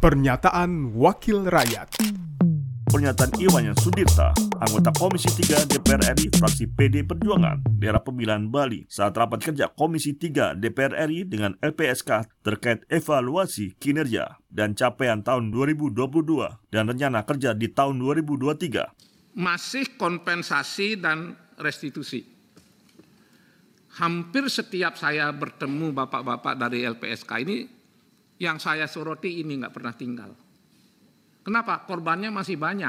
Pernyataan Wakil Rakyat. Pernyataan Iwayan Sudirta, anggota Komisi 3 DPR RI fraksi PD Perjuangan, daerah pemilihan Bali, saat rapat kerja Komisi 3 DPR RI dengan LPSK terkait evaluasi kinerja dan capaian tahun 2022 dan rencana kerja di tahun 2023. Masih kompensasi dan restitusi. Hampir setiap saya bertemu bapak-bapak dari LPSK ini, yang saya soroti ini nggak pernah tinggal. Kenapa? Korbannya masih banyak.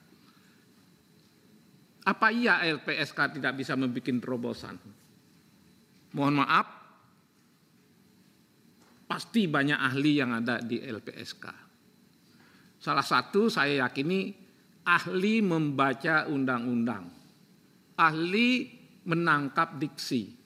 Apa iya LPSK tidak bisa membuat terobosan? Mohon maaf, pasti banyak ahli yang ada di LPSK. Salah satu saya yakini ahli membaca undang-undang, ahli menangkap diksi.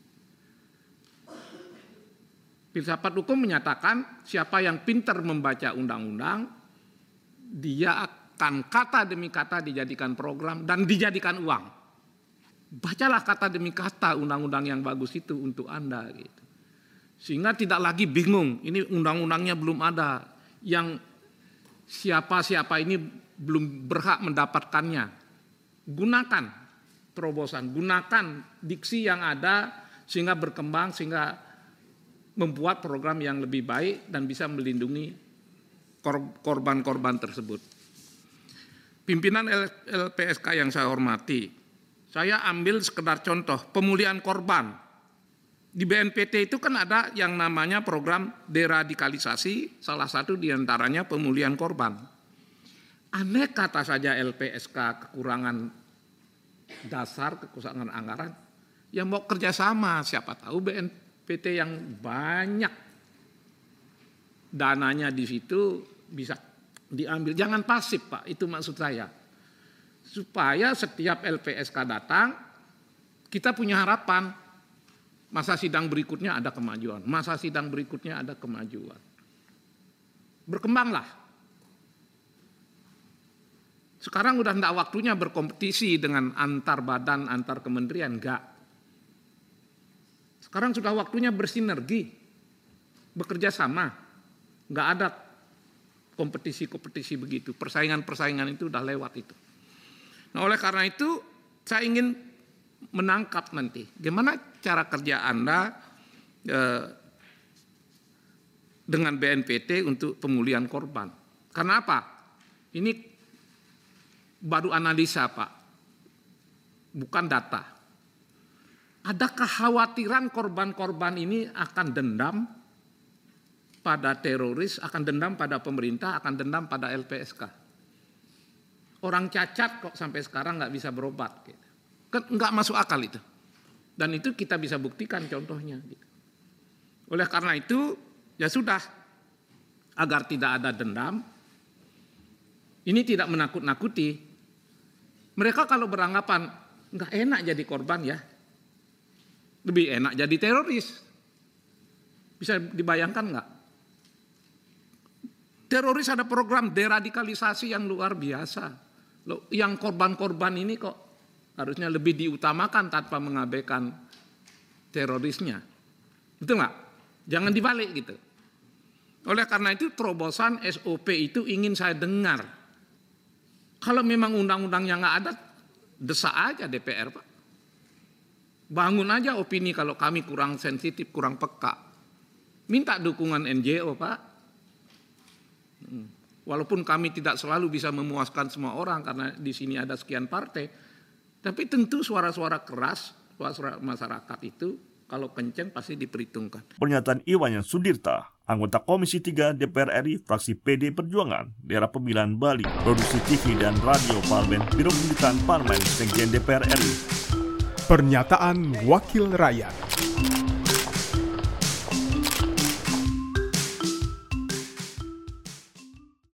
Filsafat hukum menyatakan siapa yang pintar membaca undang-undang, dia akan kata demi kata dijadikan program dan dijadikan uang. Bacalah kata demi kata undang-undang yang bagus itu untuk Anda. Gitu. Sehingga tidak lagi bingung, ini undang-undangnya belum ada, yang siapa-siapa ini belum berhak mendapatkannya. Gunakan terobosan, gunakan diksi yang ada sehingga berkembang, sehingga membuat program yang lebih baik dan bisa melindungi korban-korban tersebut. Pimpinan LPSK yang saya hormati, saya ambil sekedar contoh pemulihan korban. Di BNPT itu kan ada yang namanya program deradikalisasi, salah satu diantaranya pemulihan korban. Aneh kata saja LPSK kekurangan dasar, kekurangan anggaran, yang mau kerjasama, siapa tahu BNPT yang banyak dananya di situ bisa diambil. Jangan pasif Pak, itu maksud saya. Supaya setiap LPSK datang, kita punya harapan. Masa sidang berikutnya ada kemajuan, masa sidang berikutnya ada kemajuan. Berkembanglah. Sekarang udah enggak waktunya berkompetisi dengan antar badan, antar kementerian, enggak. Sekarang sudah waktunya bersinergi, bekerja sama. Enggak ada kompetisi-kompetisi begitu, persaingan-persaingan itu udah lewat itu. Nah, oleh karena itu saya ingin menangkap nanti gimana cara kerja Anda dengan BNPT untuk pemulihan korban. Karena apa? Ini baru analisa Pak, bukan data. Ada kekhawatiran korban-korban ini akan dendam pada teroris, akan dendam pada pemerintah, akan dendam pada LPSK. Orang cacat kok sampai sekarang nggak bisa berobat. Gitu. Kan nggak masuk akal itu. Dan itu kita bisa buktikan contohnya. Gitu. Oleh karena itu, ya sudah, agar tidak ada dendam, ini tidak menakut-nakuti. Mereka kalau beranggapan nggak enak jadi korban ya, lebih enak jadi teroris. Bisa dibayangkan nggak? Teroris ada program deradikalisasi yang luar biasa. Loh, yang korban-korban ini kok harusnya lebih diutamakan tanpa mengabaikan terorisnya. Betul nggak? Jangan dibalik gitu. Oleh karena itu terobosan SOP itu ingin saya dengar. Kalau memang undang-undangnya nggak ada, desak aja DPR Pak. Bangun aja opini kalau kami kurang sensitif, kurang peka. Minta dukungan NGO Pak. Walaupun kami tidak selalu bisa memuaskan semua orang karena di sini ada sekian partai, tapi tentu suara-suara keras, suara-suara masyarakat itu kalau kenceng pasti diperhitungkan. Pernyataan Iwayan Sudirta, anggota Komisi 3 DPR RI fraksi PD Perjuangan, daerah pemilihan Bali, produksi TV dan radio Parlemen, Biro Pemerintahan Parlemen, Sekjen DPR RI. Pernyataan Wakil Rakyat.